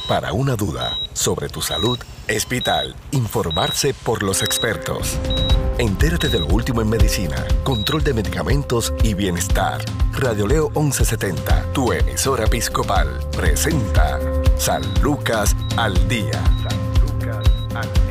Para una duda sobre tu salud, es vital informarse por los expertos. Entérate de lo último en medicina, control de medicamentos y bienestar. Radio Leo 1170, tu emisora episcopal, presenta San Lucas al Día. San Lucas al Día.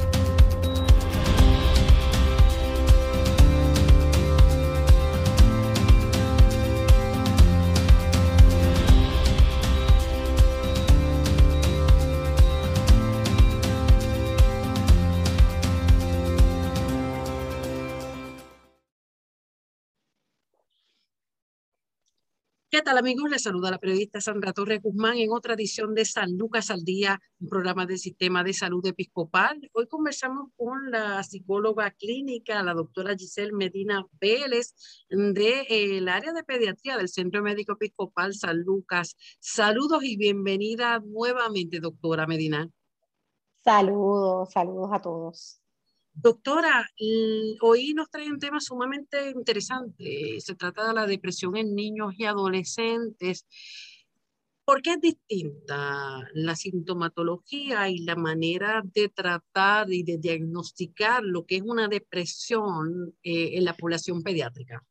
¿Qué tal, amigos? Les saluda la periodista Sandra Torres Guzmán en otra edición de San Lucas al Día, un programa del Sistema de Salud Episcopal. Hoy conversamos con la psicóloga clínica, la doctora Giselle Medina Vélez, del área de pediatría del Centro Médico Episcopal San Lucas. Saludos y bienvenida nuevamente, doctora Medina. Saludos a todos. Doctora, hoy nos trae un tema sumamente interesante. Se trata de la depresión en niños y adolescentes. ¿Por qué es distinta la sintomatología y la manera de tratar y de diagnosticar lo que es una depresión en la población pediátrica?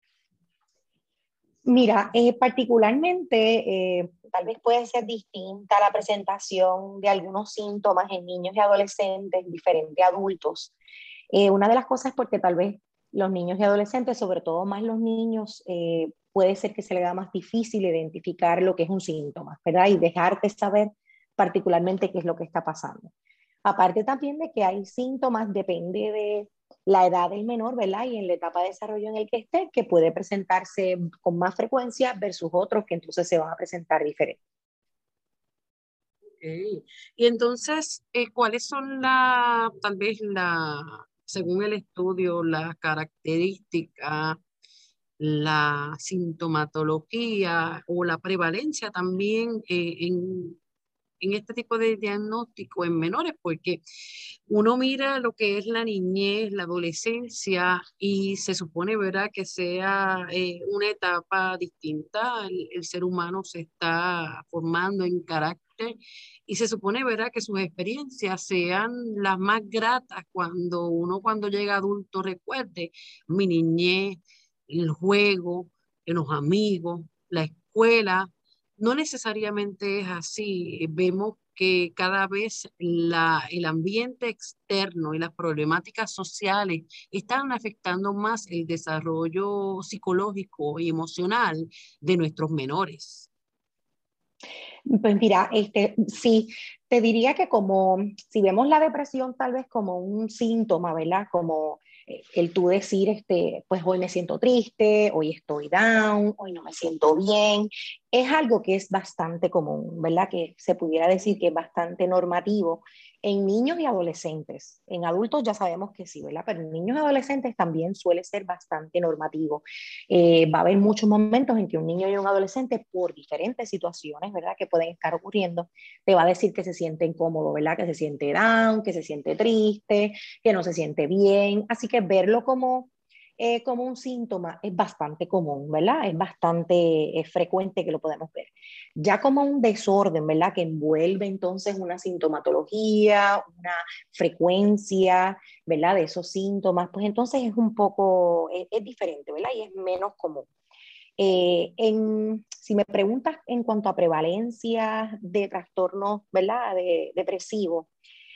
Mira, particularmente, tal vez puede ser distinta la presentación de algunos síntomas en niños y adolescentes, diferentes adultos. Una de las cosas es porque tal vez los niños y adolescentes, sobre todo más los niños, puede ser que se les haga más difícil identificar lo que es un síntoma, ¿verdad? Y dejarte saber particularmente qué es lo que está pasando. Aparte también de que hay síntomas, depende de la edad del menor, ¿verdad? Y en la etapa de desarrollo en el que esté, que puede presentarse con más frecuencia versus otros que entonces se van a presentar diferentes. Okay. Y entonces, ¿cuáles son tal vez según el estudio, las características, la sintomatología o la prevalencia también en este tipo de diagnóstico en menores? Porque uno mira lo que es la niñez, la adolescencia y se supone, ¿verdad?, que sea una etapa distinta. El ser humano se está formando en carácter y se supone, ¿verdad?, que sus experiencias sean las más gratas cuando llega adulto recuerde mi niñez, el juego, los amigos, la escuela. No necesariamente es así. Vemos que cada vez el ambiente externo y las problemáticas sociales están afectando más el desarrollo psicológico y emocional de nuestros menores. Pues mira, sí, te diría que como, si vemos la depresión tal vez como un síntoma, ¿verdad? Como el tú decir, pues hoy me siento triste, hoy estoy down, hoy no me siento bien, es algo que es bastante común, ¿verdad? Que se pudiera decir que es bastante normativo en niños y adolescentes. En adultos ya sabemos que sí, ¿verdad? Pero en niños y adolescentes también suele ser bastante normativo. Va a haber muchos momentos en que un niño y un adolescente, por diferentes situaciones, ¿verdad?, que pueden estar ocurriendo, te va a decir que se siente incómodo, ¿verdad?, que se siente down, que se siente triste, que no se siente bien. Así que verlo como un síntoma es bastante común, ¿verdad? Es bastante frecuente que lo podemos ver. Ya como un desorden, ¿verdad?, que envuelve entonces una sintomatología, una frecuencia, ¿verdad?, de esos síntomas, pues entonces es un poco, es diferente, ¿verdad? Y es menos común. Si me preguntas en cuanto a prevalencia de trastornos, ¿verdad?, depresivos,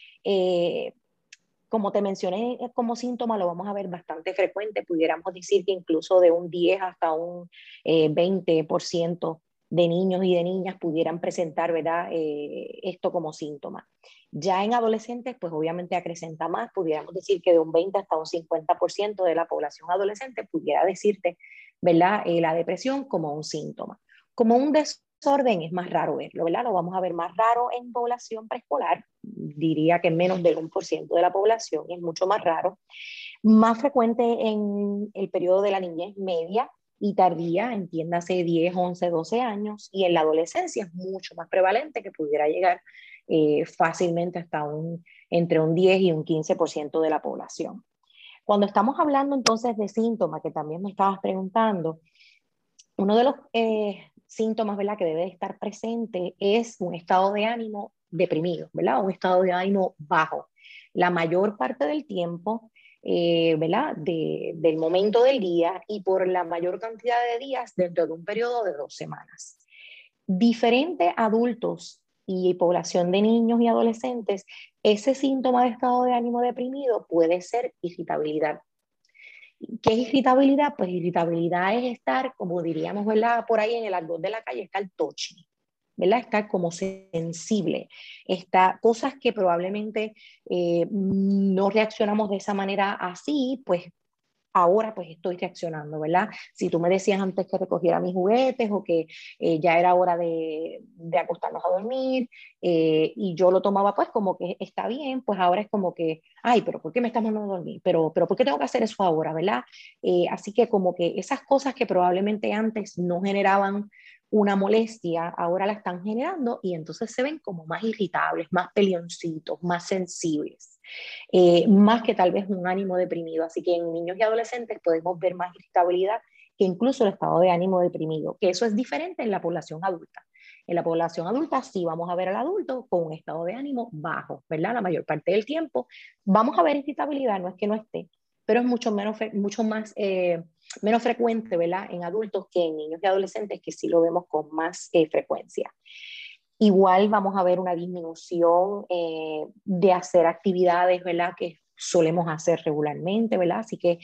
como te mencioné, como síntoma lo vamos a ver bastante frecuente. Pudiéramos decir que incluso de un 10 hasta un 20% de niños y de niñas pudieran presentar, ¿verdad?, esto como síntoma. Ya en adolescentes, pues obviamente acrecenta más. Pudiéramos decir que de un 20 hasta un 50% de la población adolescente pudiera decirte, ¿verdad?, la depresión como un síntoma. Como un desorden es más raro verlo, ¿verdad? Lo vamos a ver más raro en población preescolar, diría que menos del 1% de la población, es mucho más raro. Más frecuente en el periodo de la niñez media y tardía, entiéndase 10, 11, 12 años, y en la adolescencia es mucho más prevalente, que pudiera llegar fácilmente hasta entre un 10 y un 15% de la población. Cuando estamos hablando entonces de síntomas, que también me estabas preguntando, uno de los síntomas, ¿verdad?, que debe estar presente es un estado de ánimo deprimido, ¿verdad? Un estado de ánimo bajo. La mayor parte del tiempo, ¿verdad?, del momento del día y por la mayor cantidad de días dentro de un periodo de 2 semanas. Diferentes adultos y población de niños y adolescentes, ese síntoma de estado de ánimo deprimido puede ser irritabilidad. ¿Qué es irritabilidad? Pues irritabilidad es estar, como diríamos, ¿verdad?, por ahí en el argot de la calle, estar touchy, ¿verdad? Estar como sensible, está, cosas que probablemente no reaccionamos de esa manera así, pues ahora pues estoy reaccionando, ¿verdad? Si tú me decías antes que recogiera mis juguetes o que ya era hora de acostarnos a dormir y yo lo tomaba pues como que está bien, pues ahora es como que, ay, pero ¿por qué me estás mandando a dormir? Pero ¿por qué tengo que hacer eso ahora, ¿verdad? Así que como que esas cosas que probablemente antes no generaban una molestia, ahora la están generando y entonces se ven como más irritables, más peleoncitos, más sensibles, más que tal vez un ánimo deprimido. Así que en niños y adolescentes podemos ver más irritabilidad que incluso el estado de ánimo deprimido, que eso es diferente en la población adulta. En la población adulta sí vamos a ver al adulto con un estado de ánimo bajo, ¿verdad? La mayor parte del tiempo vamos a ver irritabilidad, no es que no esté, pero es mucho más menos frecuente, ¿verdad?, en adultos que en niños y adolescentes, que sí lo vemos con más frecuencia. Igual vamos a ver una disminución de hacer actividades, ¿verdad?, que solemos hacer regularmente, ¿verdad? Así que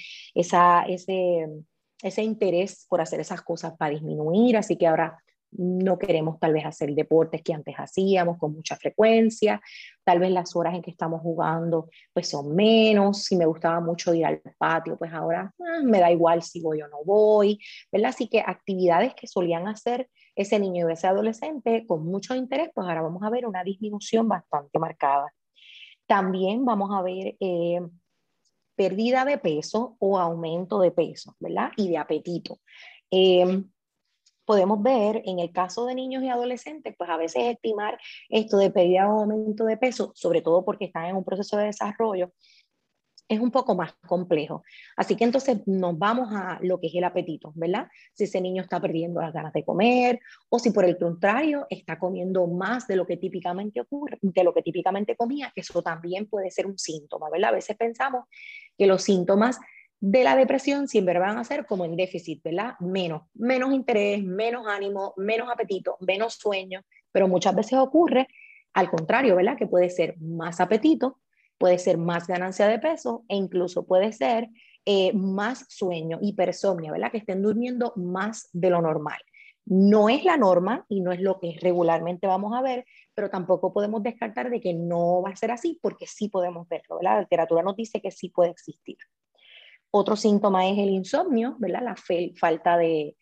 ese interés por hacer esas cosas va a disminuir, así que ahora no queremos tal vez hacer deportes que antes hacíamos con mucha frecuencia, tal vez las horas en que estamos jugando pues son menos, si me gustaba mucho ir al patio, pues ahora me da igual si voy o no voy, ¿verdad? Así que actividades que solían hacer ese niño y ese adolescente con mucho interés, pues ahora vamos a ver una disminución bastante marcada. También vamos a ver pérdida de peso o aumento de peso, ¿verdad? Y de apetito. Podemos ver en el caso de niños y adolescentes, pues a veces estimar esto de pérdida o aumento de peso, sobre todo porque están en un proceso de desarrollo, es un poco más complejo. Así que entonces nos vamos a lo que es el apetito, ¿verdad? Si ese niño está perdiendo las ganas de comer o si por el contrario está comiendo más de lo que típicamente ocurre, de lo que típicamente comía, que eso también puede ser un síntoma, ¿verdad? A veces pensamos que los síntomas de la depresión siempre van a ser como en déficit, ¿verdad? Menos interés, menos ánimo, menos apetito, menos sueño, pero muchas veces ocurre al contrario, ¿verdad? Que puede ser más apetito, puede ser más ganancia de peso e incluso puede ser más sueño, hipersomnia, ¿verdad? Que estén durmiendo más de lo normal. No es la norma y no es lo que regularmente vamos a ver, pero tampoco podemos descartar de que no va a ser así porque sí podemos verlo, ¿verdad? La literatura nos dice que sí puede existir. Otro síntoma es el insomnio, ¿verdad? La falta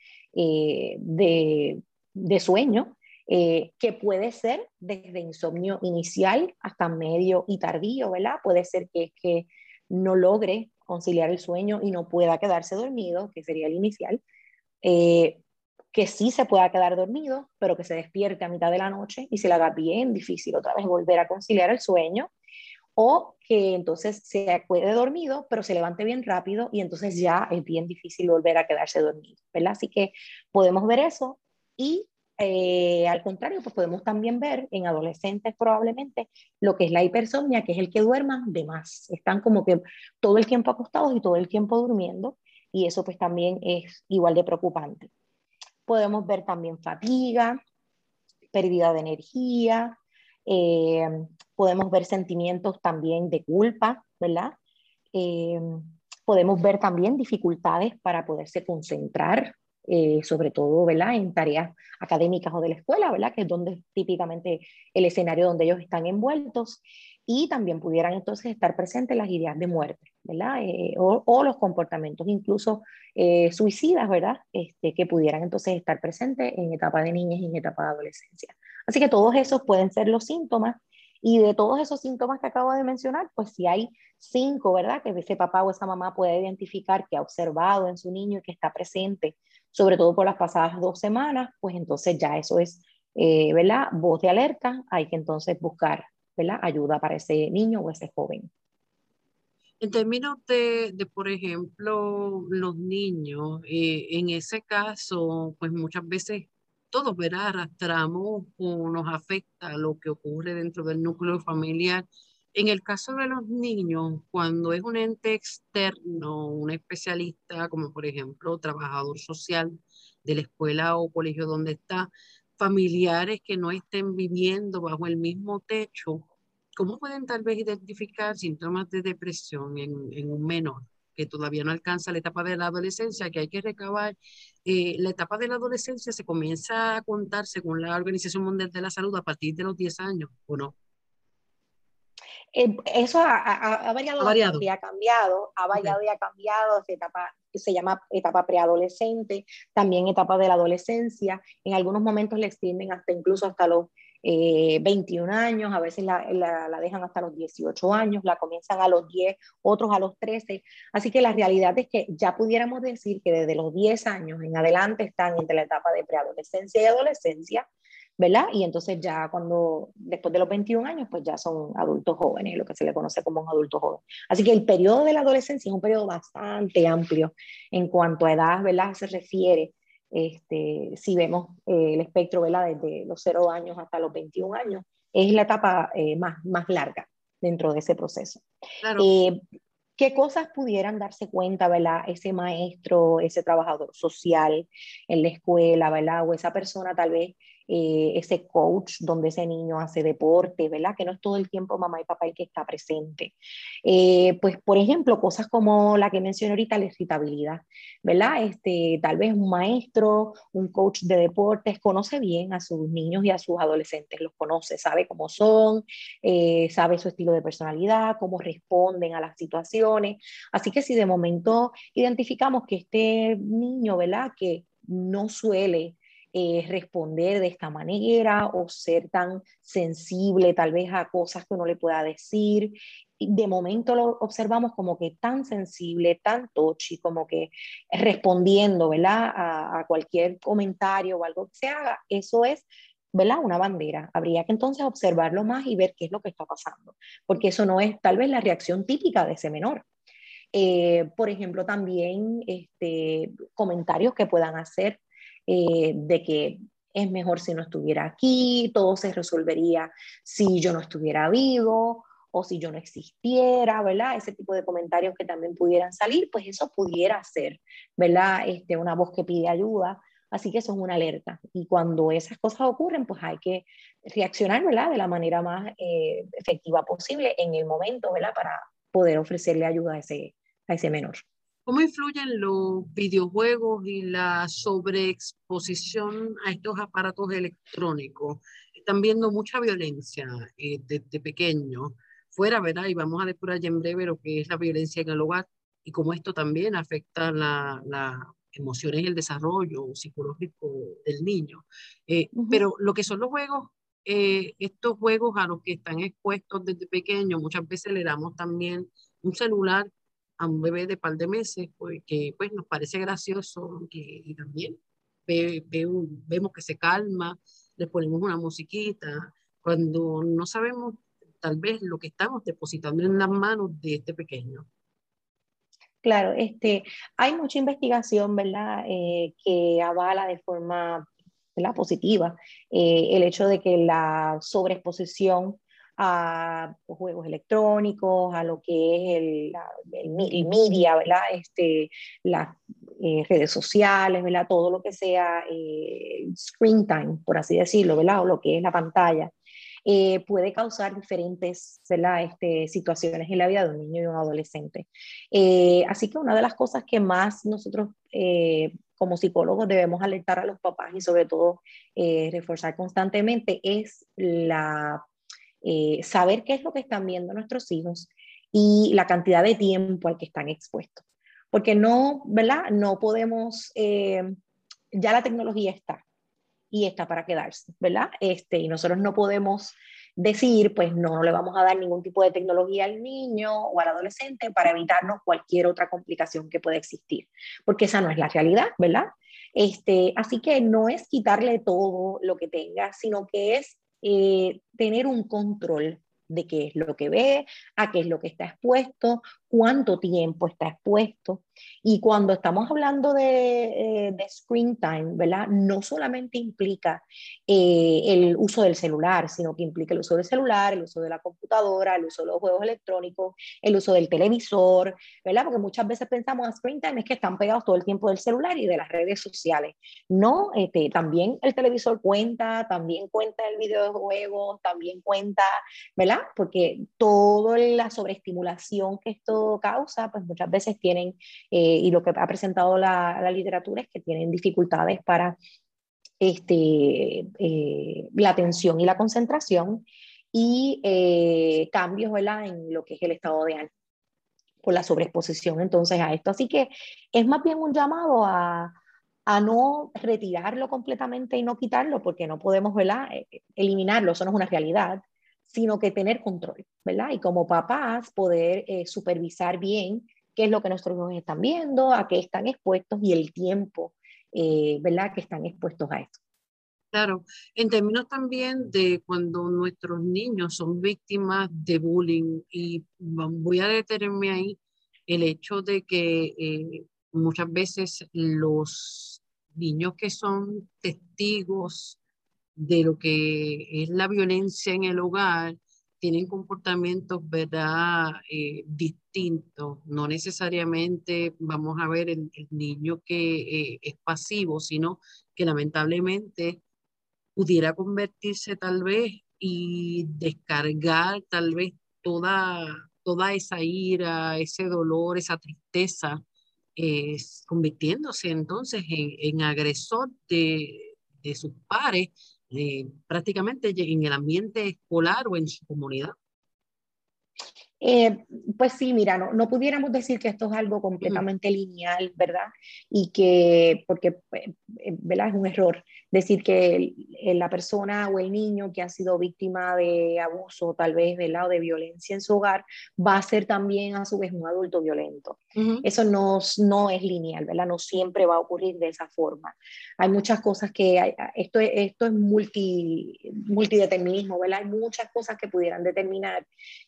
de sueño, que puede ser desde insomnio inicial hasta medio y tardío, ¿verdad? Puede ser que es que no logre conciliar el sueño y no pueda quedarse dormido, que sería el inicial, eh, que sí se pueda quedar dormido, pero que se despierte a mitad de la noche y se le haga bien difícil otra vez volver a conciliar el sueño, o que entonces se quede dormido, pero se levante bien rápido y entonces ya es bien difícil volver a quedarse dormido, ¿verdad? Así que podemos ver eso y al contrario, pues podemos también ver en adolescentes probablemente lo que es la hipersomnia, que es el que duerman de más. Están como que todo el tiempo acostados y todo el tiempo durmiendo y eso pues también es igual de preocupante. Podemos ver también fatiga, pérdida de energía, eh, podemos ver sentimientos también de culpa, ¿verdad? Eh, Podemos ver también dificultades para poderse concentrar, sobre todo, ¿verdad?, en tareas académicas o de la escuela, ¿verdad?, que es donde típicamente el escenario donde ellos están envueltos, y también pudieran entonces estar presentes las ideas de muerte, ¿verdad?, o los comportamientos incluso suicidas, ¿verdad?, que pudieran entonces estar presentes en etapa de niñez y en etapa de adolescencia. Así que todos esos pueden ser los síntomas, y de todos esos síntomas que acabo de mencionar, pues si hay 5, ¿verdad?, que ese papá o esa mamá puede identificar que ha observado en su niño y que está presente, sobre todo por las pasadas 2 semanas, pues entonces ya eso es, ¿verdad?, voz de alerta, hay que entonces buscar, ¿verdad?, ayuda para ese niño o ese joven. En términos por ejemplo, los niños, en ese caso, pues muchas veces todos, ¿verdad? Arrastramos o nos afecta lo que ocurre dentro del núcleo familiar. En el caso de los niños, cuando es un ente externo, un especialista, como por ejemplo trabajador social de la escuela o colegio donde está, familiares que no estén viviendo bajo el mismo techo, ¿cómo pueden tal vez identificar síntomas de depresión en un menor que todavía no alcanza la etapa de la adolescencia, que hay que recabar? La etapa de la adolescencia se comienza a contar, según la Organización Mundial de la Salud, a partir de los 10 años, ¿o no? Eso ha Ha variado variado. bastante y ha cambiado, ha Ok. variado y ha cambiado. Esa etapa se llama etapa preadolescente, también etapa de la adolescencia. En algunos momentos le extienden hasta incluso hasta los 21 años, a veces la dejan hasta los 18 años, la comienzan a los 10, otros a los 13. Así que la realidad es que ya pudiéramos decir que desde los 10 años en adelante están entre la etapa de preadolescencia y adolescencia, ¿verdad? Y entonces ya cuando, después de los 21 años, pues ya son adultos jóvenes, lo que se le conoce como un adulto joven. Así que el periodo de la adolescencia es un periodo bastante amplio en cuanto a edad, ¿verdad? Se refiere, si vemos el espectro, ¿verdad? Desde los 0 años hasta los 21 años, es la etapa más larga dentro de ese proceso. Claro. Eh, ¿Qué cosas pudieran darse cuenta, ¿verdad? Ese maestro, ese trabajador social en la escuela, ¿verdad? O esa persona tal vez, ese coach donde ese niño hace deporte, ¿verdad? Que no es todo el tiempo mamá y papá el que está presente. Pues, por ejemplo, cosas como la que mencioné ahorita, la irritabilidad, ¿verdad? Tal vez un maestro, un coach de deportes conoce bien a sus niños y a sus adolescentes, los conoce, sabe cómo son, sabe su estilo de personalidad, cómo responden a las situaciones. Así que si de momento identificamos que este niño, ¿verdad? Que no suele responder de esta manera o ser tan sensible tal vez a cosas que uno le pueda decir. Y de momento lo observamos como que tan sensible, tan touchy, como que respondiendo, ¿verdad? A cualquier comentario o algo que se haga. Eso es, ¿verdad? Una bandera. Habría que entonces observarlo más y ver qué es lo que está pasando, porque eso no es tal vez la reacción típica de ese menor. Por ejemplo, también comentarios que puedan hacer de que es mejor si no estuviera aquí, todo se resolvería si yo no estuviera vivo o si yo no existiera, ¿verdad? Ese tipo de comentarios que también pudieran salir, pues eso pudiera ser, ¿verdad? Una voz que pide ayuda. Así que eso es una alerta. Y cuando esas cosas ocurren, pues hay que reaccionar, ¿verdad? De la manera más efectiva posible en el momento, ¿verdad? Para poder ofrecerle ayuda a ese menor. ¿Cómo influyen los videojuegos y la sobreexposición a estos aparatos electrónicos? Están viendo mucha violencia desde pequeños, fuera, ¿verdad? Y vamos a depurar ya en breve lo que es la violencia en el hogar y cómo esto también afecta las emociones y el desarrollo psicológico del niño. Pero lo que son los juegos, estos juegos a los que están expuestos desde pequeños, muchas veces le damos también un celular a un bebé de par de meses, pues, que pues nos parece gracioso y también vemos que se calma, le ponemos una musiquita, cuando no sabemos tal vez lo que estamos depositando en las manos de este pequeño. Claro, hay mucha investigación, ¿verdad? Que avala de forma, ¿verdad? Positiva el hecho de que la sobreexposición a juegos electrónicos, a lo que es el media, ¿verdad? Las redes sociales, ¿verdad? Todo lo que sea screen time, por así decirlo, ¿verdad? O lo que es la pantalla, puede causar diferentes, ¿verdad? Situaciones en la vida de un niño y un adolescente. Así que una de las cosas que más nosotros como psicólogos debemos alertar a los papás y sobre todo reforzar constantemente es saber qué es lo que están viendo nuestros hijos y la cantidad de tiempo al que están expuestos. Porque no, ¿verdad? No podemos, ya la tecnología está y está para quedarse, ¿verdad? Y nosotros no podemos decir, pues no le vamos a dar ningún tipo de tecnología al niño o al adolescente para evitarnos cualquier otra complicación que pueda existir, porque esa no es la realidad, ¿verdad? Así que no es quitarle todo lo que tenga, sino que es tener un control de qué es lo que ve, a qué es lo que está expuesto, cuánto tiempo está expuesto. Y cuando estamos hablando de screen time, ¿verdad? No solamente implica el uso del celular, sino que implica el uso del celular, el uso de la computadora, el uso de los juegos electrónicos, el uso del televisor, ¿verdad? Porque muchas veces pensamos en screen time es que están pegados todo el tiempo del celular y de las redes sociales. No, también el televisor cuenta, también cuenta el videojuego, también cuenta, ¿verdad? Porque toda la sobreestimulación que esto causa, pues muchas veces tienen, y lo que ha presentado la literatura es que tienen dificultades para la atención y la concentración y cambios, ¿verdad? En lo que es el estado de ánimo por la sobreexposición entonces a esto. Así que es más bien un llamado a no retirarlo completamente y no quitarlo, porque no podemos, ¿verdad? Eliminarlo, eso no es una realidad, sino que tener control, ¿verdad? Y como papás poder supervisar bien qué es lo que nuestros hijos están viendo, a qué están expuestos y el tiempo, ¿verdad? Que están expuestos a esto. Claro, en términos también de cuando nuestros niños son víctimas de bullying, y voy a detenerme ahí, el hecho de que muchas veces los niños que son testigos de lo que es la violencia en el hogar tienen comportamientos, ¿verdad? Distintos. No necesariamente vamos a ver el niño que es pasivo, sino que lamentablemente pudiera convertirse tal vez y descargar tal vez toda esa ira, ese dolor, esa tristeza, convirtiéndose entonces en agresor de sus pares, prácticamente en el ambiente escolar o en su comunidad. Eh, pues sí, mira, no pudiéramos decir que esto es algo Ujú. completamente lineal, ¿verdad? Y que, porque, ¿verdad? Es un error decir que la persona o el niño que ha sido víctima de abuso, tal vez, ¿verdad? O de violencia en su hogar, va a ser también a su vez un adulto violento. Ujú. Eso no es lineal, ¿verdad? No siempre va a ocurrir de esa forma. Hay muchas cosas que, esto es multideterminismo, ¿verdad? Hay muchas cosas que pudieran determinar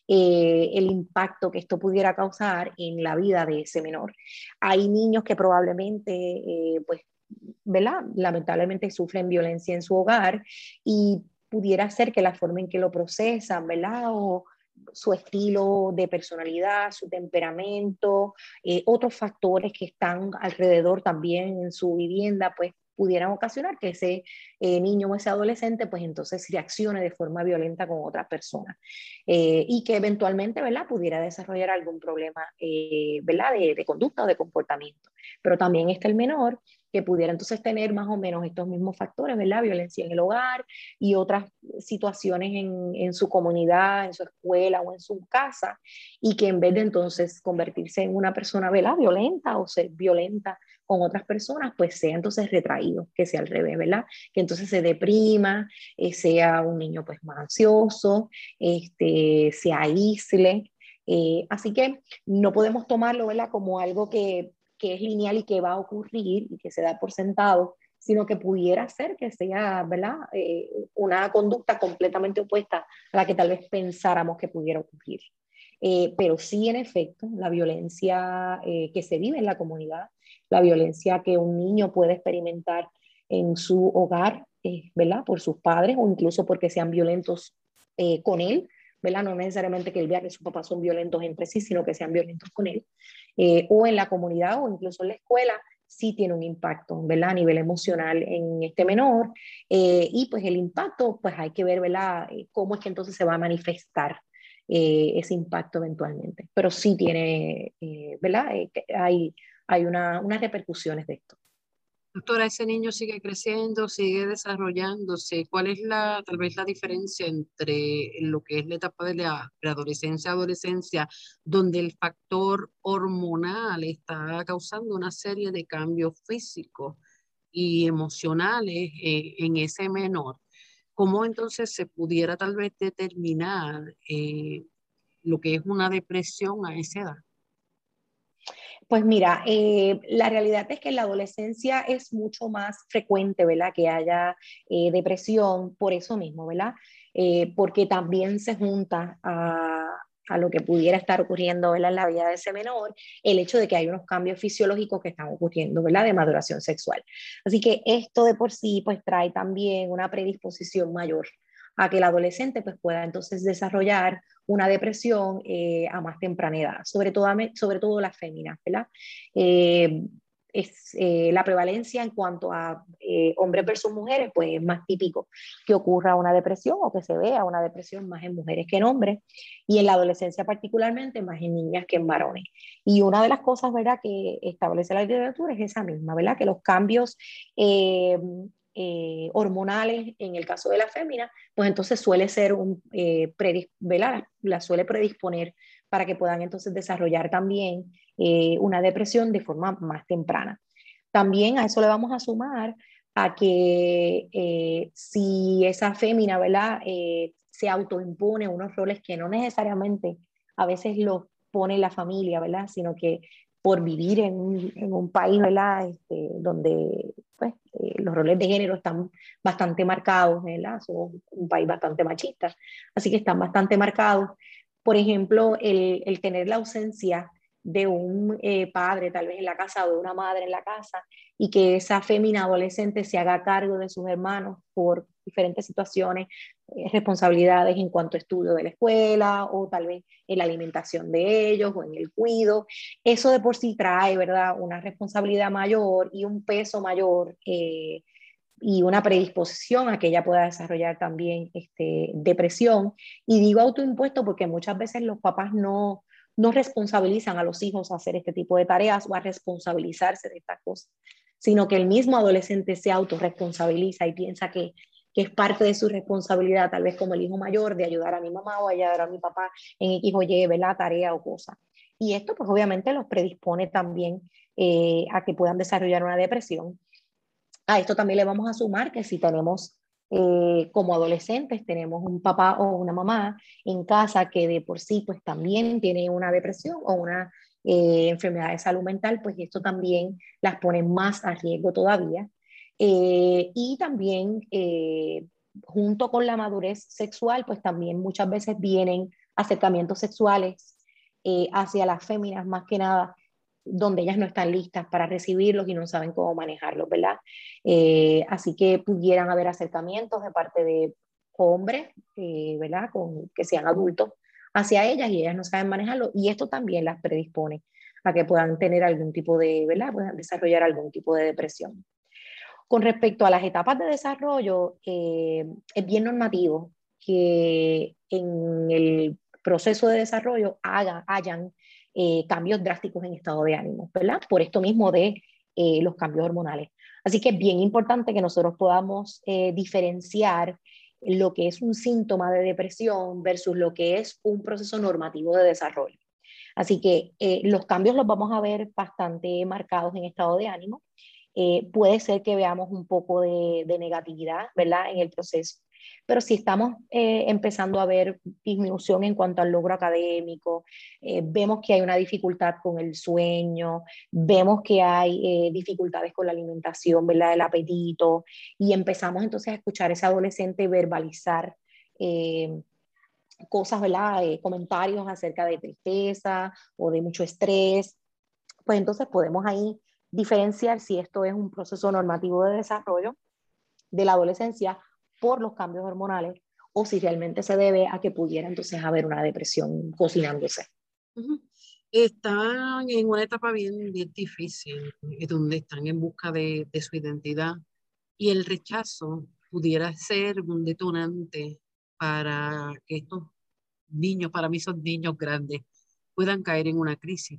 el impacto que esto pudiera causar en la vida de ese menor. Hay niños que probablemente, pues, ¿verdad? Lamentablemente sufren violencia en su hogar y pudiera ser que la forma en que lo procesan, ¿verdad? O su estilo de personalidad, su temperamento, otros factores que están alrededor también en su vivienda, pues pudieran ocasionar que ese niño o ese adolescente, pues entonces reaccione de forma violenta con otras personas y que eventualmente, ¿verdad?, pudiera desarrollar algún problema, ¿verdad?, de conducta o de comportamiento. Pero también está el menor que pudiera entonces tener más o menos estos mismos factores, ¿verdad? Violencia en el hogar y otras situaciones en su comunidad, en su escuela o en su casa, y que en vez de entonces convertirse en una persona, ¿verdad?, violenta o ser violenta con otras personas, pues sea entonces retraído, que sea al revés, ¿verdad? Que entonces se deprima, sea un niño pues más ansioso, se aísle. Así que no podemos tomarlo, ¿verdad?, como algo que es lineal y que va a ocurrir y que se da por sentado, sino que pudiera ser que sea, ¿verdad?, una conducta completamente opuesta a la que tal vez pensáramos que pudiera ocurrir. Pero sí, en efecto, la violencia que se vive en la comunidad, la violencia que un niño puede experimentar en su hogar, ¿verdad?, por sus padres o incluso porque sean violentos con él, ¿verdad? No necesariamente que él vea que sus papás son violentos entre sí, sino que sean violentos con él, o en la comunidad o incluso en la escuela, sí tiene un impacto, ¿verdad? A nivel emocional en este menor, y pues el impacto, pues hay que ver, ¿verdad?, cómo es que entonces se va a manifestar ese impacto eventualmente. Pero sí tiene, ¿verdad? Hay unas repercusiones de esto. Doctora, ese niño sigue creciendo, sigue desarrollándose. ¿Cuál es tal vez la diferencia entre lo que es la etapa de la preadolescencia, adolescencia, donde el factor hormonal está causando una serie de cambios físicos y emocionales en ese menor? ¿Cómo entonces se pudiera tal vez determinar lo que es una depresión a esa edad? Pues mira, la realidad es que en la adolescencia es mucho más frecuente, ¿verdad?, que haya depresión por eso mismo, ¿verdad? Porque también se junta a lo que pudiera estar ocurriendo, ¿verdad?, en la vida de ese menor, el hecho de que hay unos cambios fisiológicos que están ocurriendo, ¿verdad?, de maduración sexual. Así que esto de por sí pues trae también una predisposición mayor a que el adolescente pues pueda entonces desarrollar una depresión a más temprana edad, sobre todo las féminas, ¿verdad? Eh, la prevalencia en cuanto a hombres versus mujeres, pues es más típico que ocurra una depresión o que se vea una depresión más en mujeres que en hombres, y en la adolescencia particularmente más en niñas que en varones. Y una de las cosas, ¿verdad?, que establece la literatura es esa misma, ¿verdad?, que los cambios hormonales en el caso de la fémina, pues entonces suele ser ¿verdad?, la suele predisponer para que puedan entonces desarrollar también una depresión de forma más temprana. También a eso le vamos a sumar a que si esa fémina, ¿verdad?, se autoimpone unos roles que no necesariamente a veces los pone la familia, ¿verdad?, sino que por vivir en un país, ¿verdad?, donde pues, los roles de género están bastante marcados, ¿verdad? Somos un país bastante machista, así que están bastante marcados. Por ejemplo, el tener la ausencia de un padre tal vez en la casa o de una madre en la casa, y que esa fémina adolescente se haga cargo de sus hermanos por diferentes situaciones, responsabilidades en cuanto a estudio de la escuela o tal vez en la alimentación de ellos o en el cuidado. Eso de por sí trae, ¿verdad?, una responsabilidad mayor y un peso mayor y una predisposición a que ella pueda desarrollar también depresión. Y digo autoimpuesto porque muchas veces los papás no responsabilizan a los hijos a hacer este tipo de tareas o a responsabilizarse de estas cosas, sino que el mismo adolescente se autorresponsabiliza y piensa que es parte de su responsabilidad, tal vez como el hijo mayor, de ayudar a mi mamá o ayudar a mi papá en X o Y, ¿verdad?, tarea o cosa. Y esto pues obviamente los predispone también a que puedan desarrollar una depresión. A esto también le vamos a sumar que si tenemos como adolescentes, tenemos un papá o una mamá en casa que de por sí pues también tiene una depresión o una enfermedad de salud mental, pues esto también las pone más a riesgo todavía. Y también junto con la madurez sexual, pues también muchas veces vienen acercamientos sexuales hacia las féminas más que nada, donde ellas no están listas para recibirlos y no saben cómo manejarlos, ¿verdad? Así que pudieran haber acercamientos de parte de hombres, ¿verdad?, que sean adultos hacia ellas y ellas no saben manejarlo, y esto también las predispone a que puedan tener algún tipo de, ¿verdad?, puedan desarrollar algún tipo de depresión. Con respecto a las etapas de desarrollo, es bien normativo que en el proceso de desarrollo hayan cambios drásticos en estado de ánimo, ¿verdad? Por esto mismo de los cambios hormonales. Así que es bien importante que nosotros podamos diferenciar lo que es un síntoma de depresión versus lo que es un proceso normativo de desarrollo. Así que los cambios los vamos a ver bastante marcados en estado de ánimo. Puede ser que veamos un poco de negatividad, ¿verdad?, en el proceso. Pero si estamos empezando a ver disminución en cuanto al logro académico, vemos que hay una dificultad con el sueño, vemos que hay dificultades con la alimentación, ¿verdad?, el apetito, y empezamos entonces a escuchar a ese adolescente verbalizar cosas, ¿verdad?, comentarios acerca de tristeza o de mucho estrés, pues entonces podemos ahí diferenciar si esto es un proceso normativo de desarrollo de la adolescencia por los cambios hormonales o si realmente se debe a que pudiera entonces haber una depresión cocinándose. Ujú. Están en una etapa bien difícil, donde están en busca de su identidad, y el rechazo pudiera ser un detonante para que estos niños, para mí son niños grandes, puedan caer en una crisis.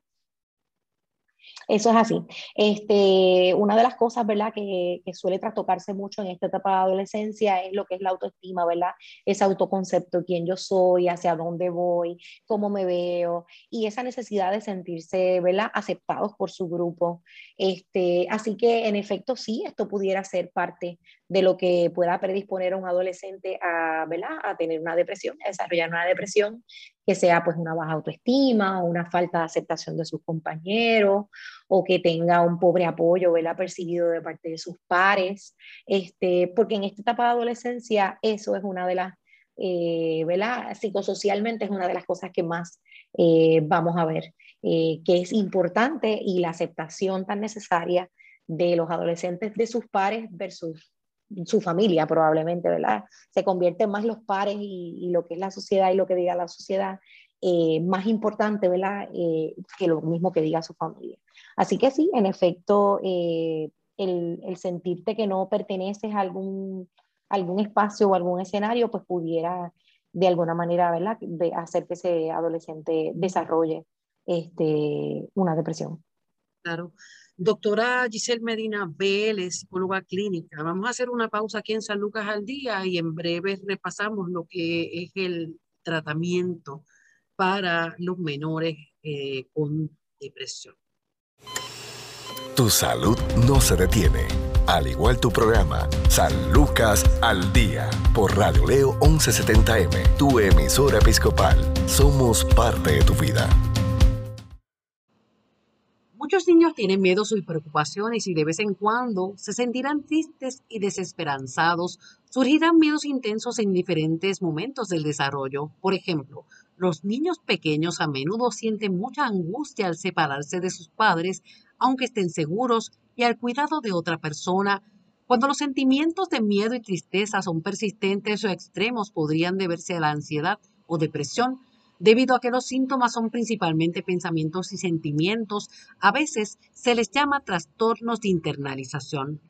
Eso es así. Una de las cosas, ¿verdad?, que suele trastocarse mucho en esta etapa de adolescencia es lo que es la autoestima, ¿verdad? Ese autoconcepto, quién yo soy, hacia dónde voy, cómo me veo, y esa necesidad de sentirse, ¿verdad?, aceptados por su grupo. Así que, en efecto, sí, esto pudiera ser parte de lo que pueda predisponer a un adolescente a, ¿verdad?, a tener una depresión, a desarrollar una depresión, que sea pues una baja autoestima, una falta de aceptación de sus compañeros, o que tenga un pobre apoyo, ¿verdad?, percibido de parte de sus pares, porque en esta etapa de adolescencia eso es una de las ¿verdad? Psicosocialmente es una de las cosas que más vamos a ver, que es importante y la aceptación tan necesaria de los adolescentes de sus pares versus su familia probablemente, ¿verdad? Se convierten más los pares y lo que es la sociedad y lo que diga la sociedad, más importante, ¿verdad? Que lo mismo que diga su familia. Así que sí, en efecto, el sentirte que no perteneces a algún espacio o algún escenario, pues pudiera de alguna manera, ¿verdad? Hacer que ese adolescente desarrolle una depresión. Claro. Doctora Giselle Medina Vélez, psicóloga clínica. Vamos a hacer una pausa aquí en San Lucas al Día y en breve repasamos lo que es el tratamiento para los menores con depresión. Tu salud no se detiene. Al igual tu programa, San Lucas al Día, por Radio Leo 1170M, tu emisora episcopal. Somos parte de tu vida. Muchos niños tienen miedos y preocupaciones y de vez en cuando se sentirán tristes y desesperanzados. Surgirán miedos intensos en diferentes momentos del desarrollo. Por ejemplo, los niños pequeños a menudo sienten mucha angustia al separarse de sus padres, aunque estén seguros y al cuidado de otra persona. Cuando los sentimientos de miedo y tristeza son persistentes o extremos, podrían deberse a la ansiedad o depresión. Debido a que los síntomas son principalmente pensamientos y sentimientos, a veces se les llama trastornos de internalización.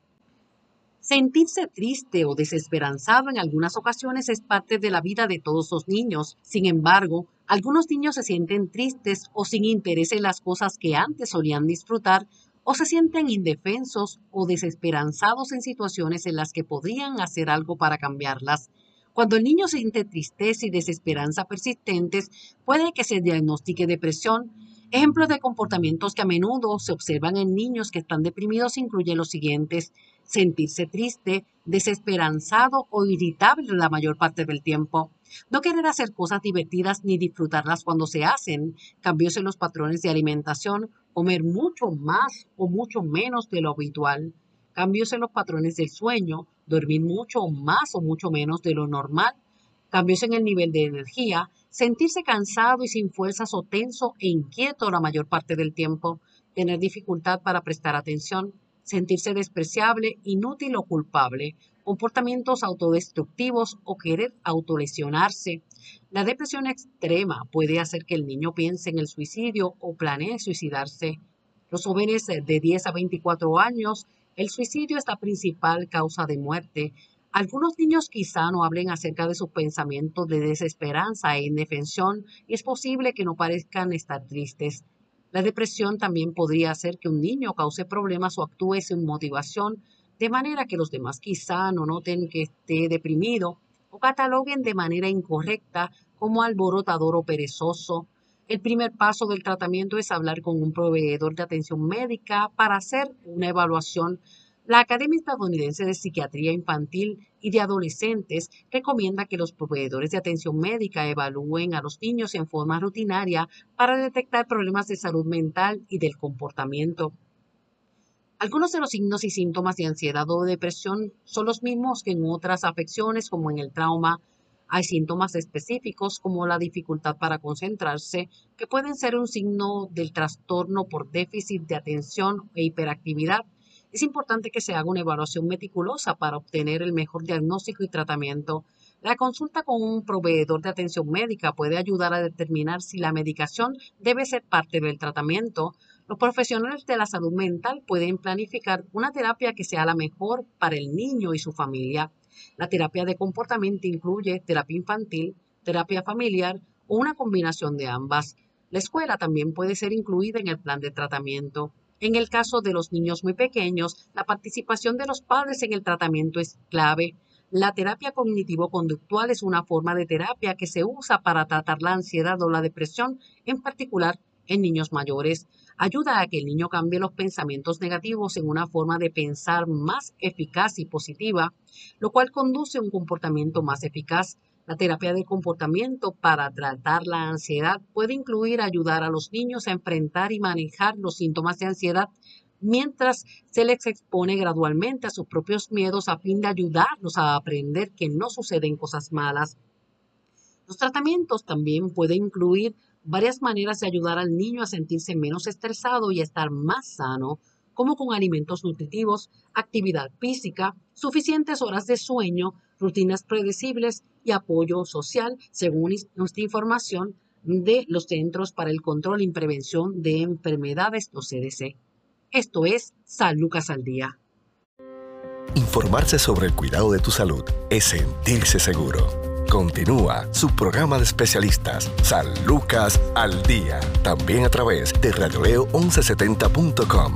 Sentirse triste o desesperanzado en algunas ocasiones es parte de la vida de todos los niños. Sin embargo, algunos niños se sienten tristes o sin interés en las cosas que antes solían disfrutar, o se sienten indefensos o desesperanzados en situaciones en las que podrían hacer algo para cambiarlas. Cuando el niño siente tristeza y desesperanza persistentes, puede que se diagnostique depresión. Ejemplos de comportamientos que a menudo se observan en niños que están deprimidos incluyen los siguientes: sentirse triste, desesperanzado o irritable la mayor parte del tiempo, no querer hacer cosas divertidas ni disfrutarlas cuando se hacen, cambios en los patrones de alimentación, comer mucho más o mucho menos de lo habitual, cambios en los patrones del sueño, dormir mucho más o mucho menos de lo normal, cambios en el nivel de energía, sentirse cansado y sin fuerzas o tenso e inquieto la mayor parte del tiempo, tener dificultad para prestar atención, sentirse despreciable, inútil o culpable, comportamientos autodestructivos o querer autolesionarse. La depresión extrema puede hacer que el niño piense en el suicidio o planee suicidarse. Los jóvenes de 10 a 24 años, el suicidio es la principal causa de muerte. Algunos niños quizá no hablen acerca de sus pensamientos de desesperanza e indefensión y es posible que no parezcan estar tristes. La depresión también podría hacer que un niño cause problemas o actúe sin motivación, de manera que los demás quizá no noten que esté deprimido o cataloguen de manera incorrecta como alborotador o perezoso. El primer paso del tratamiento es hablar con un proveedor de atención médica para hacer una evaluación. La Academia Estadounidense de Psiquiatría Infantil y de Adolescentes recomienda que los proveedores de atención médica evalúen a los niños en forma rutinaria para detectar problemas de salud mental y del comportamiento. Algunos de los signos y síntomas de ansiedad o depresión son los mismos que en otras afecciones, como en el trauma. Hay síntomas específicos como la dificultad para concentrarse, que pueden ser un signo del trastorno por déficit de atención e hiperactividad. Es importante que se haga una evaluación meticulosa para obtener el mejor diagnóstico y tratamiento. La consulta con un proveedor de atención médica puede ayudar a determinar si la medicación debe ser parte del tratamiento. Los profesionales de la salud mental pueden planificar una terapia que sea la mejor para el niño y su familia. La terapia de comportamiento incluye terapia infantil, terapia familiar o una combinación de ambas. La escuela también puede ser incluida en el plan de tratamiento. En el caso de los niños muy pequeños, la participación de los padres en el tratamiento es clave. La terapia cognitivo-conductual es una forma de terapia que se usa para tratar la ansiedad o la depresión, en particular en niños mayores. Ayuda a que el niño cambie los pensamientos negativos en una forma de pensar más eficaz y positiva, lo cual conduce a un comportamiento más eficaz. La terapia del comportamiento para tratar la ansiedad puede incluir ayudar a los niños a enfrentar y manejar los síntomas de ansiedad mientras se les expone gradualmente a sus propios miedos a fin de ayudarlos a aprender que no suceden cosas malas. Los tratamientos también pueden incluir varias maneras de ayudar al niño a sentirse menos estresado y a estar más sano, como con alimentos nutritivos, actividad física, suficientes horas de sueño, rutinas predecibles y apoyo social, según nuestra información de los Centros para el Control y Prevención de Enfermedades, los CDC. Esto es San Lucas al Día. Informarse sobre el cuidado de tu salud es sentirse seguro. Continúa su programa de especialistas, San Lucas al Día, también a través de radioleo1170.com.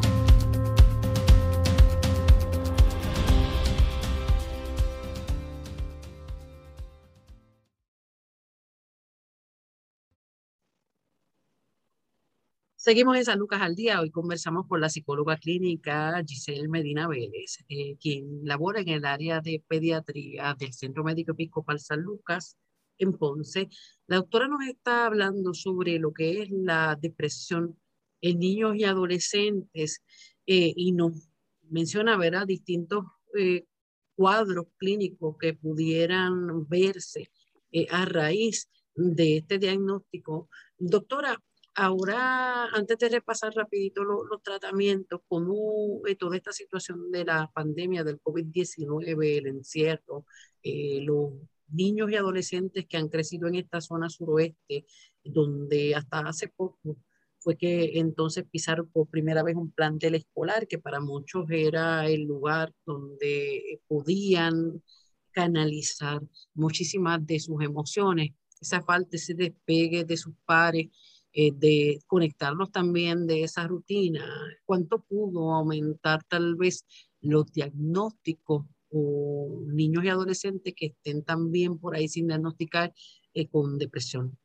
Seguimos en San Lucas al Día. Hoy conversamos con la psicóloga clínica Giselle Medina Vélez, quien labora en el área de pediatría del Centro Médico Episcopal San Lucas en Ponce. La doctora nos está hablando sobre lo que es la depresión en niños y adolescentes y nos menciona, ¿verdad?, distintos cuadros clínicos que pudieran verse a raíz de este diagnóstico. Doctora, ahora, antes de repasar rapidito los tratamientos, cómo toda esta situación de la pandemia del COVID-19, el encierro, los niños y adolescentes que han crecido en esta zona suroeste, donde hasta hace poco fue que entonces pisaron por primera vez un plantel escolar, que para muchos era el lugar donde podían canalizar muchísimas de sus emociones, esa falta, ese despegue de sus pares, de conectarlos también de esa rutina, cuánto pudo aumentar tal vez los diagnósticos o niños y adolescentes que estén también por ahí sin diagnosticar con depresión.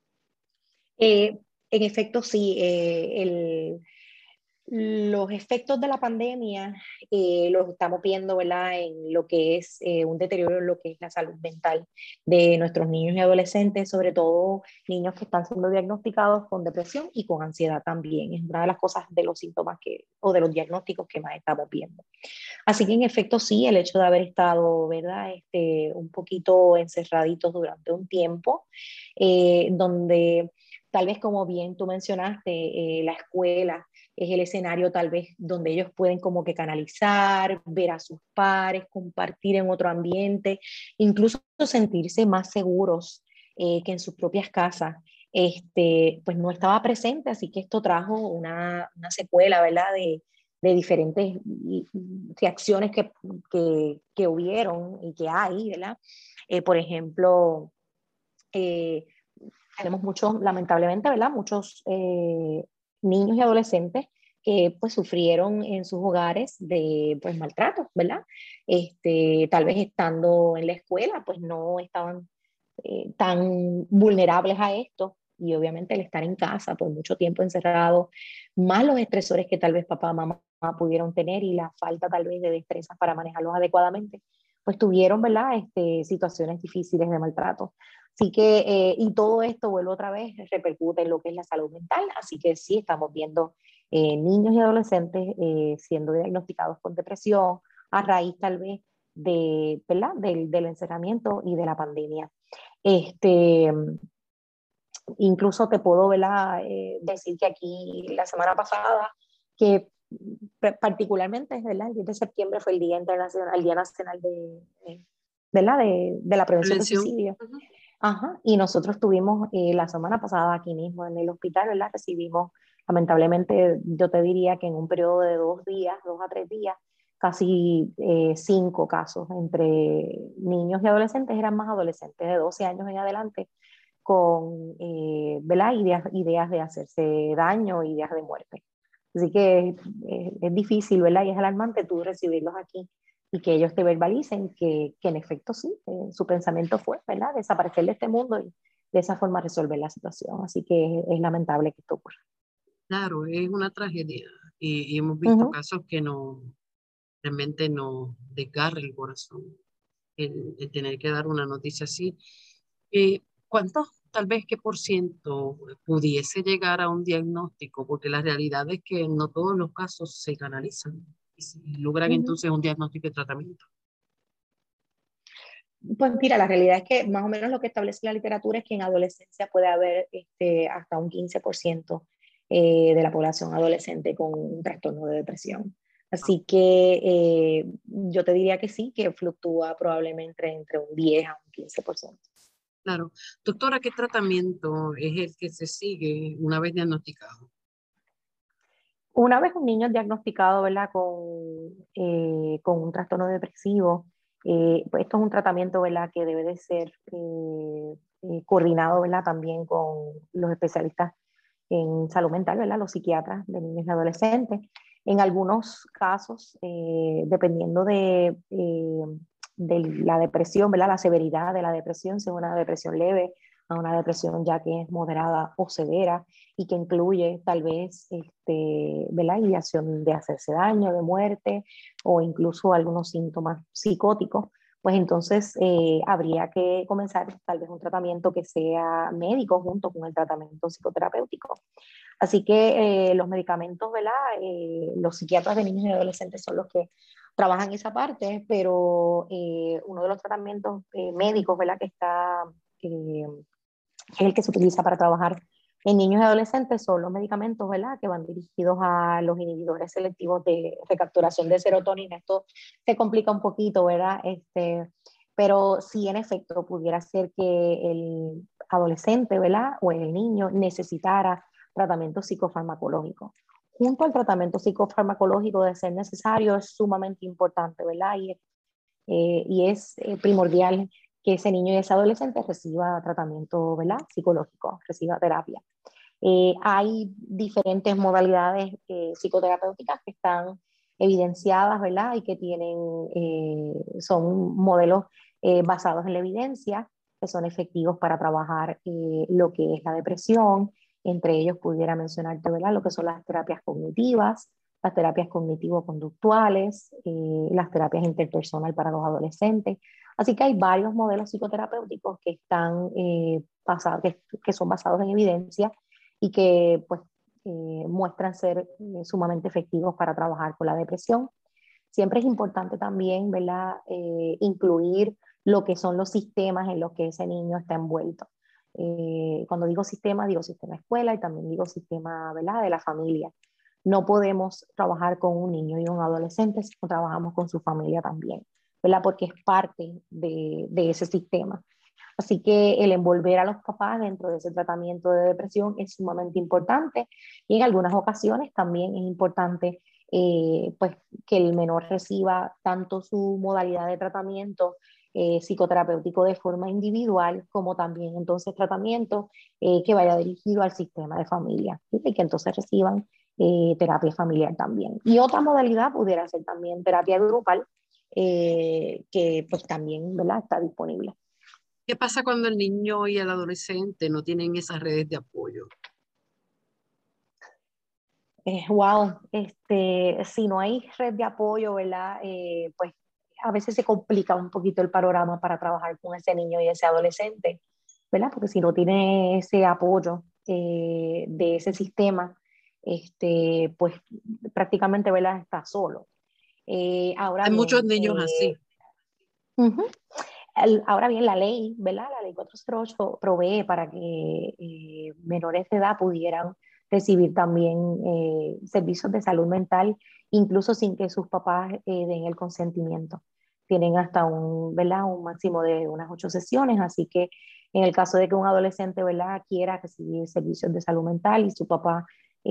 En efecto, sí, los efectos de la pandemia los estamos viendo, ¿verdad?, en lo que es un deterioro en lo que es la salud mental de nuestros niños y adolescentes, sobre todo niños que están siendo diagnosticados con depresión y con ansiedad también. Es una de las cosas, de los síntomas o de los diagnósticos que más estamos viendo. Así que en efecto sí, el hecho de haber estado, ¿verdad?, un poquito encerraditos durante un tiempo, donde tal vez, como bien tú mencionaste, la escuela es el escenario tal vez donde ellos pueden como que canalizar, ver a sus pares, compartir en otro ambiente, incluso sentirse más seguros que en sus propias casas. Pues no estaba presente, así que esto trajo una secuela, ¿verdad?, de diferentes reacciones que hubieron y que hay, ¿verdad? Por ejemplo, tenemos muchos, lamentablemente, ¿verdad?, muchos niños y adolescentes que pues sufrieron en sus hogares de pues maltrato, ¿verdad? Tal vez estando en la escuela pues no estaban tan vulnerables a esto, y obviamente el estar en casa por mucho tiempo encerrado, más los estresores que tal vez papá o mamá pudieron tener y la falta tal vez de destrezas para manejarlos adecuadamente, pues tuvieron, ¿verdad?, situaciones difíciles de maltrato. Así que, y todo esto, vuelvo otra vez, repercute en lo que es la salud mental. Así que sí, estamos viendo niños y adolescentes siendo diagnosticados con depresión a raíz tal vez de, ¿verdad?, del encerramiento y de la pandemia. Incluso te puedo, ¿verdad?, decir que aquí la semana pasada, que particularmente, ¿verdad?, el 10 de septiembre fue el Día Internacional, el Día Nacional ¿verdad?, de la prevención del suicidio. Uh-huh. Ajá, y nosotros tuvimos la semana pasada aquí mismo en el hospital, ¿verdad?, recibimos, lamentablemente, yo te diría que en un periodo de 2 a 3 días, casi 5 casos entre niños y adolescentes, eran más adolescentes de 12 años en adelante, con ¿verdad?, ideas de hacerse daño, ideas de muerte. Así que es difícil, ¿verdad?, y es alarmante tú recibirlos aquí y que ellos te verbalicen que en efecto sí, su pensamiento fue, ¿verdad?, desaparecer de este mundo y de esa forma resolver la situación. Así que es lamentable que esto ocurra. Claro, es una tragedia y hemos visto casos que realmente nos desgarra el corazón el tener que dar una noticia así. ¿Cuántos, tal vez qué por ciento pudiese llegar a un diagnóstico? Porque la realidad es que no todos los casos se canalizan y logran entonces un diagnóstico y tratamiento. Pues mira, la realidad es que más o menos lo que establece la literatura es que en adolescencia puede haber hasta un 15% de la población adolescente con un trastorno de depresión. Así que yo te diría que sí, que fluctúa probablemente entre un 10 a un 15%. Claro. Doctora, ¿qué tratamiento es el que se sigue una vez diagnosticado? Una vez un niño es diagnosticado, ¿verdad? Con un trastorno depresivo, pues esto es un tratamiento, ¿verdad? Que debe de ser coordinado, ¿verdad? También con los especialistas en salud mental, ¿verdad? Los psiquiatras de niños y adolescentes. En algunos casos, dependiendo de la depresión, ¿verdad? La severidad de la depresión, si es una depresión leve, a una depresión ya que es moderada o severa y que incluye tal vez ¿verdad? Ideación de hacerse daño, de muerte o incluso algunos síntomas psicóticos, pues entonces habría que comenzar tal vez un tratamiento que sea médico junto con el tratamiento psicoterapéutico. Así que los medicamentos, ¿verdad? Los psiquiatras de niños y adolescentes son los que trabajan esa parte, pero uno de los tratamientos médicos, ¿verdad? Que es el que se utiliza para trabajar en niños y adolescentes son los medicamentos, ¿verdad? Que van dirigidos a los inhibidores selectivos de recapturación de serotonina. Esto se complica un poquito, ¿verdad? Pero sí, en efecto, pudiera ser que el adolescente, ¿verdad? O el niño necesitara tratamiento psicofarmacológico. Junto al tratamiento psicofarmacológico, de ser necesario, es sumamente importante, ¿verdad? Y es primordial que ese niño y ese adolescente reciba tratamiento, ¿verdad? Psicológico, reciba terapia. Hay diferentes modalidades psicoterapéuticas que están evidenciadas, ¿verdad? Y que son modelos basados en la evidencia, que son efectivos para trabajar lo que es la depresión. Entre ellos pudiera mencionarte, ¿verdad? Lo que son las terapias cognitivas, las terapias cognitivo-conductuales, las terapias interpersonal para los adolescentes. Así que hay varios modelos psicoterapéuticos que están que son basados en evidencia y que pues muestran ser sumamente efectivos para trabajar con la depresión. Siempre es importante también, ¿verdad? Incluir lo que son los sistemas en los que ese niño está envuelto. Cuando digo sistema escuela y también digo sistema, ¿verdad? De la familia. No podemos trabajar con un niño y un adolescente si no trabajamos con su familia también, ¿verdad? Porque es parte de ese sistema. Así que el envolver a los papás dentro de ese tratamiento de depresión es sumamente importante y en algunas ocasiones también es importante pues que el menor reciba tanto su modalidad de tratamiento psicoterapéutico de forma individual como también entonces tratamiento que vaya dirigido al sistema de familia, ¿sí? Y que entonces reciban terapia familiar también. Y otra modalidad pudiera ser también terapia grupal que pues también, ¿verdad? Está disponible. ¿Qué pasa cuando el niño y el adolescente no tienen esas redes de apoyo? Wow, si no hay red de apoyo, ¿verdad? Pues a veces se complica un poquito el panorama para trabajar con ese niño y ese adolescente, ¿verdad? Porque si no tiene ese apoyo de ese sistema, pues prácticamente, ¿verdad? Está solo. Ahora Hay muchos bien, niños así. ujú. Ahora bien, la ley, ¿verdad? La ley 408 provee para que menores de edad pudieran recibir también servicios de salud mental, incluso sin que sus papás den el consentimiento. Tienen hasta ¿verdad? Un máximo de unas 8 sesiones, así que en el caso de que un adolescente, ¿verdad? Quiera recibir servicios de salud mental y su papá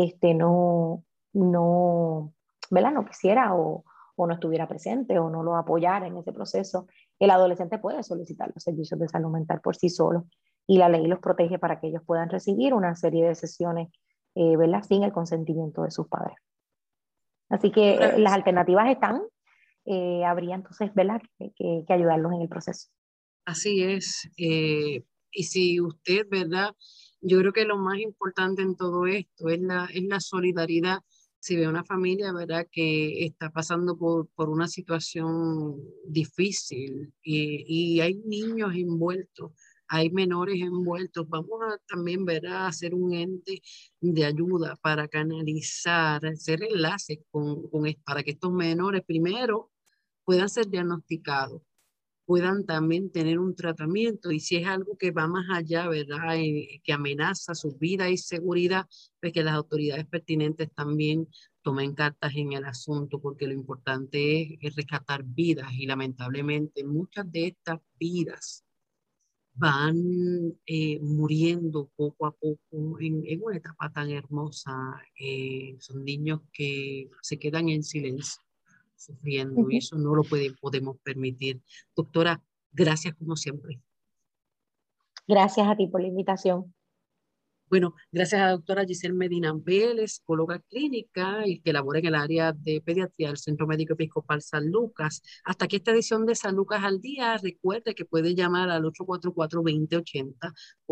no, ¿verdad? No quisiera o no estuviera presente o no lo apoyara en ese proceso, el adolescente puede solicitar los servicios de salud mental por sí solo y la ley los protege para que ellos puedan recibir una serie de sesiones, ¿verdad? Sin el consentimiento de sus padres. Así que las alternativas están, habría entonces, ¿verdad? Que ayudarlos en el proceso. Así es. Y si usted, ¿verdad? Yo creo que lo más importante en todo esto es la solidaridad. Si ve una familia, ¿verdad? Que está pasando por una situación difícil y hay niños envueltos, hay menores envueltos, vamos a también, ¿verdad? Hacer un ente de ayuda para canalizar, hacer enlaces para que estos menores primero puedan ser diagnosticados puedan también tener un tratamiento, y si es algo que va más allá, ¿verdad? Que amenaza su vida y seguridad, pues que las autoridades pertinentes también tomen cartas en el asunto, porque lo importante es rescatar vidas, y lamentablemente muchas de estas vidas van muriendo poco a poco en una etapa tan hermosa. Son niños que se quedan en silencio, sufriendo, y eso no lo podemos permitir. Doctora, gracias como siempre. Gracias a ti por la invitación. Bueno, gracias a la doctora Giselle Medina Vélez, psicóloga clínica y que labora en el área de pediatría del Centro Médico Episcopal San Lucas. Hasta aquí esta edición de San Lucas al Día. Recuerde que puede llamar al 844-2080,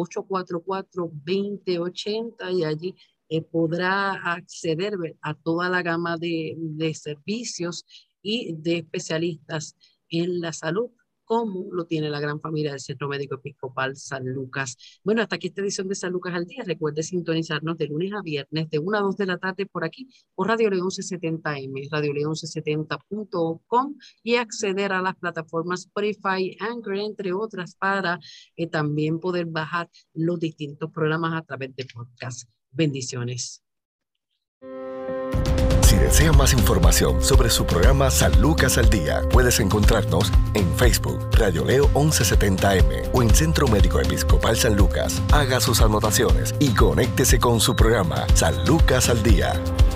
844-2080, y allí podrá acceder a toda la gama de servicios y de especialistas en la salud, como lo tiene la gran familia del Centro Médico Episcopal San Lucas. Bueno, hasta aquí esta edición de San Lucas al Día. Recuerde sintonizarnos de lunes a viernes de 1 a 2 de la tarde por aquí, por Radio León 1170M, radioleon1170.com, y acceder a las plataformas Spotify, Anchor, entre otras, para también poder bajar los distintos programas a través de podcast. Bendiciones. Si desea más información sobre su programa San Lucas al Día, puedes encontrarnos en Facebook, Radio Leo 1170M, o en Centro Médico Episcopal San Lucas. Haga sus anotaciones y conéctese con su programa San Lucas al Día.